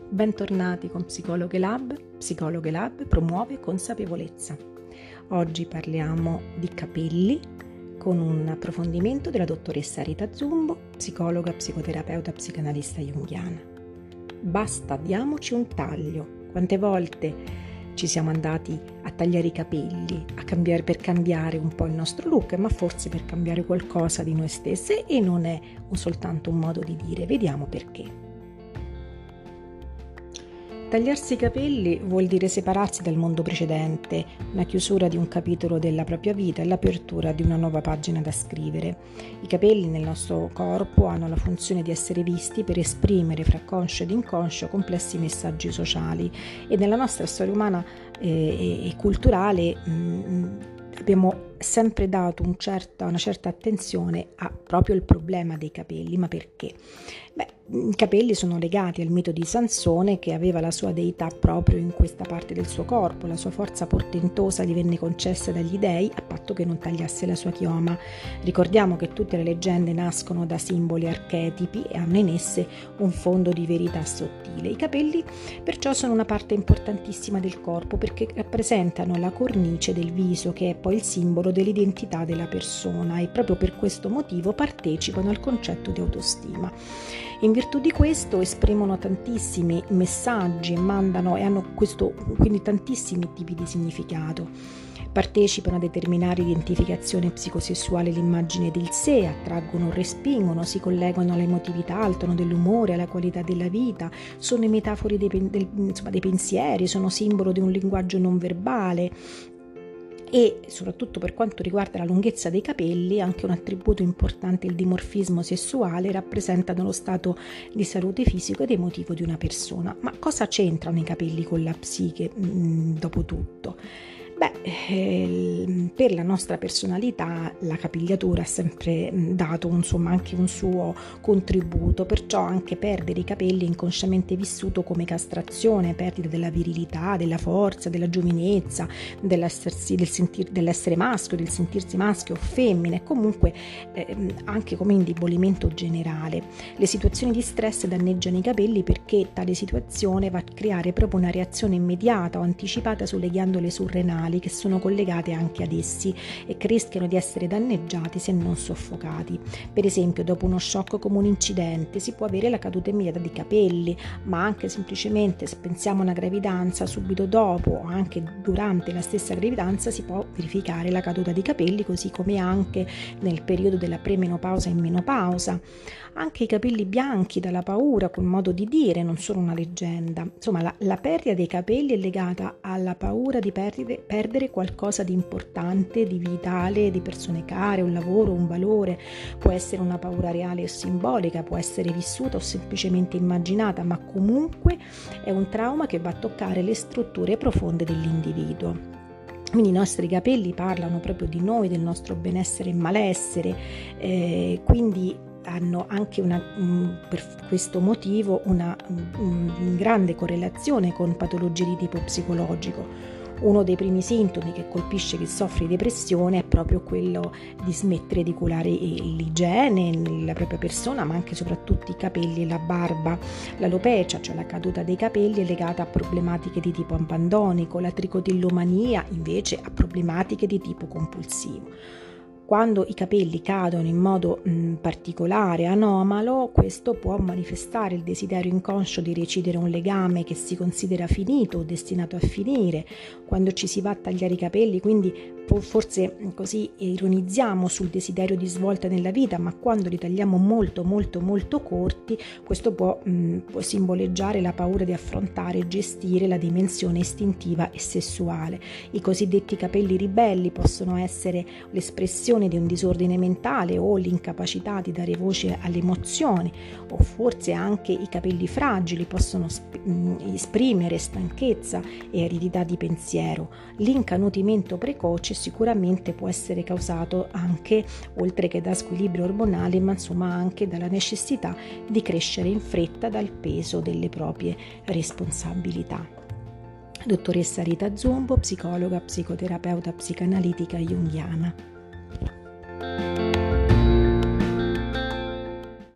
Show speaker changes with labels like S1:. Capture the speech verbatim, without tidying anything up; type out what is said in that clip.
S1: Bentornati con Psicologhe Lab. Psicologhe Lab promuove consapevolezza. Oggi parliamo di capelli con un approfondimento della dottoressa Rita Zumbo, psicologa, psicoterapeuta, psicanalista junghiana. Basta, diamoci un taglio. Quante volte ci siamo andati a tagliare i capelli, a cambiare per cambiare un po' il nostro look, ma forse per cambiare qualcosa di noi stesse, e non è un soltanto un modo di dire. Vediamo perché. Tagliarsi i capelli vuol dire separarsi dal mondo precedente, una chiusura di un capitolo della propria vita e l'apertura di una nuova pagina da scrivere. I capelli nel nostro corpo hanno la funzione di essere visti per esprimere fra conscio ed inconscio complessi messaggi sociali, e nella nostra storia umana eh, e culturale mh, abbiamo sempre dato un certa, una certa attenzione a proprio il problema dei capelli. Ma perché? Beh, i capelli sono legati al mito di Sansone, che aveva la sua deità proprio in questa parte del suo corpo. La sua forza portentosa gli venne concessa dagli dei a patto che non tagliasse la sua chioma. Ricordiamo che tutte le leggende nascono da simboli archetipi e hanno in esse un fondo di verità sottile. I capelli perciò sono una parte importantissima del corpo, perché rappresentano la cornice del viso, che è poi il simbolo dell'identità della persona, e proprio per questo motivo partecipano al concetto di autostima. In virtù di questo esprimono tantissimi messaggi, mandano e hanno questo, quindi tantissimi tipi di significato. Partecipano a determinare l'identificazione psicosessuale, l'immagine del sé, attraggono o respingono, si collegano all'emotività, al tono dell'umore, alla qualità della vita, sono i metafori dei, del, insomma, dei pensieri, sono simbolo di un linguaggio non verbale. E soprattutto per quanto riguarda la lunghezza dei capelli, anche un attributo importante, il dimorfismo sessuale, rappresentano lo stato di salute fisico ed emotivo di una persona. Ma cosa c'entrano i capelli con la psiche, mh, dopo tutto? Beh, eh, per la nostra personalità la capigliatura ha sempre dato insomma anche un suo contributo, perciò anche perdere i capelli è inconsciamente vissuto come castrazione, perdita della virilità, della forza, della giovinezza, dell'essersi, del sentir, dell'essere maschio, del sentirsi maschio o femmina, e comunque eh, anche come indebolimento generale. Le situazioni di stress danneggiano i capelli, perché tale situazione va a creare proprio una reazione immediata o anticipata sulle ghiandole surrenali, che sono collegate anche ad essi e che rischiano di essere danneggiati se non soffocati. Per esempio, dopo uno shock come un incidente si può avere la caduta immediata di capelli, ma anche semplicemente, se pensiamo a una gravidanza, subito dopo o anche durante la stessa gravidanza si può verificare la caduta di capelli, così come anche nel periodo della premenopausa e menopausa. Anche i capelli bianchi dalla paura, quel modo di dire, non sono una leggenda. Insomma, la, la perdita dei capelli è legata alla paura di perdere, perdere qualcosa di importante, di vitale, di persone care, un lavoro, un valore. Può essere una paura reale o simbolica, può essere vissuta o semplicemente immaginata, ma comunque è un trauma che va a toccare le strutture profonde dell'individuo. Quindi i nostri capelli parlano proprio di noi, del nostro benessere e malessere, eh, quindi hanno anche una, per questo motivo una, una grande correlazione con patologie di tipo psicologico. Uno dei primi sintomi che colpisce chi soffre di depressione è proprio quello di smettere di curare l'igiene nella propria persona, ma anche e soprattutto i capelli e la barba. L'alopecia, cioè la caduta dei capelli, è legata a problematiche di tipo abandonico, la tricotillomania invece a problematiche di tipo compulsivo. Quando i capelli cadono in modo mh, particolare, anomalo, questo può manifestare il desiderio inconscio di recidere un legame che si considera finito o destinato a finire. Quando ci si va a tagliare i capelli, quindi forse così ironizziamo sul desiderio di svolta nella vita, ma quando li tagliamo molto molto molto corti, questo può, mh, può simboleggiare la paura di affrontare e gestire la dimensione istintiva e sessuale. I cosiddetti capelli ribelli possono essere l'espressione di un disordine mentale o l'incapacità di dare voce alle emozioni, o forse anche i capelli fragili possono sp- esprimere stanchezza e aridità di pensiero. L'incanutimento precoce sicuramente può essere causato anche, oltre che da squilibri ormonali, ma insomma anche dalla necessità di crescere in fretta dal peso delle proprie responsabilità. Dottoressa Rita Zumbo, psicologa, psicoterapeuta, psicanalitica junghiana.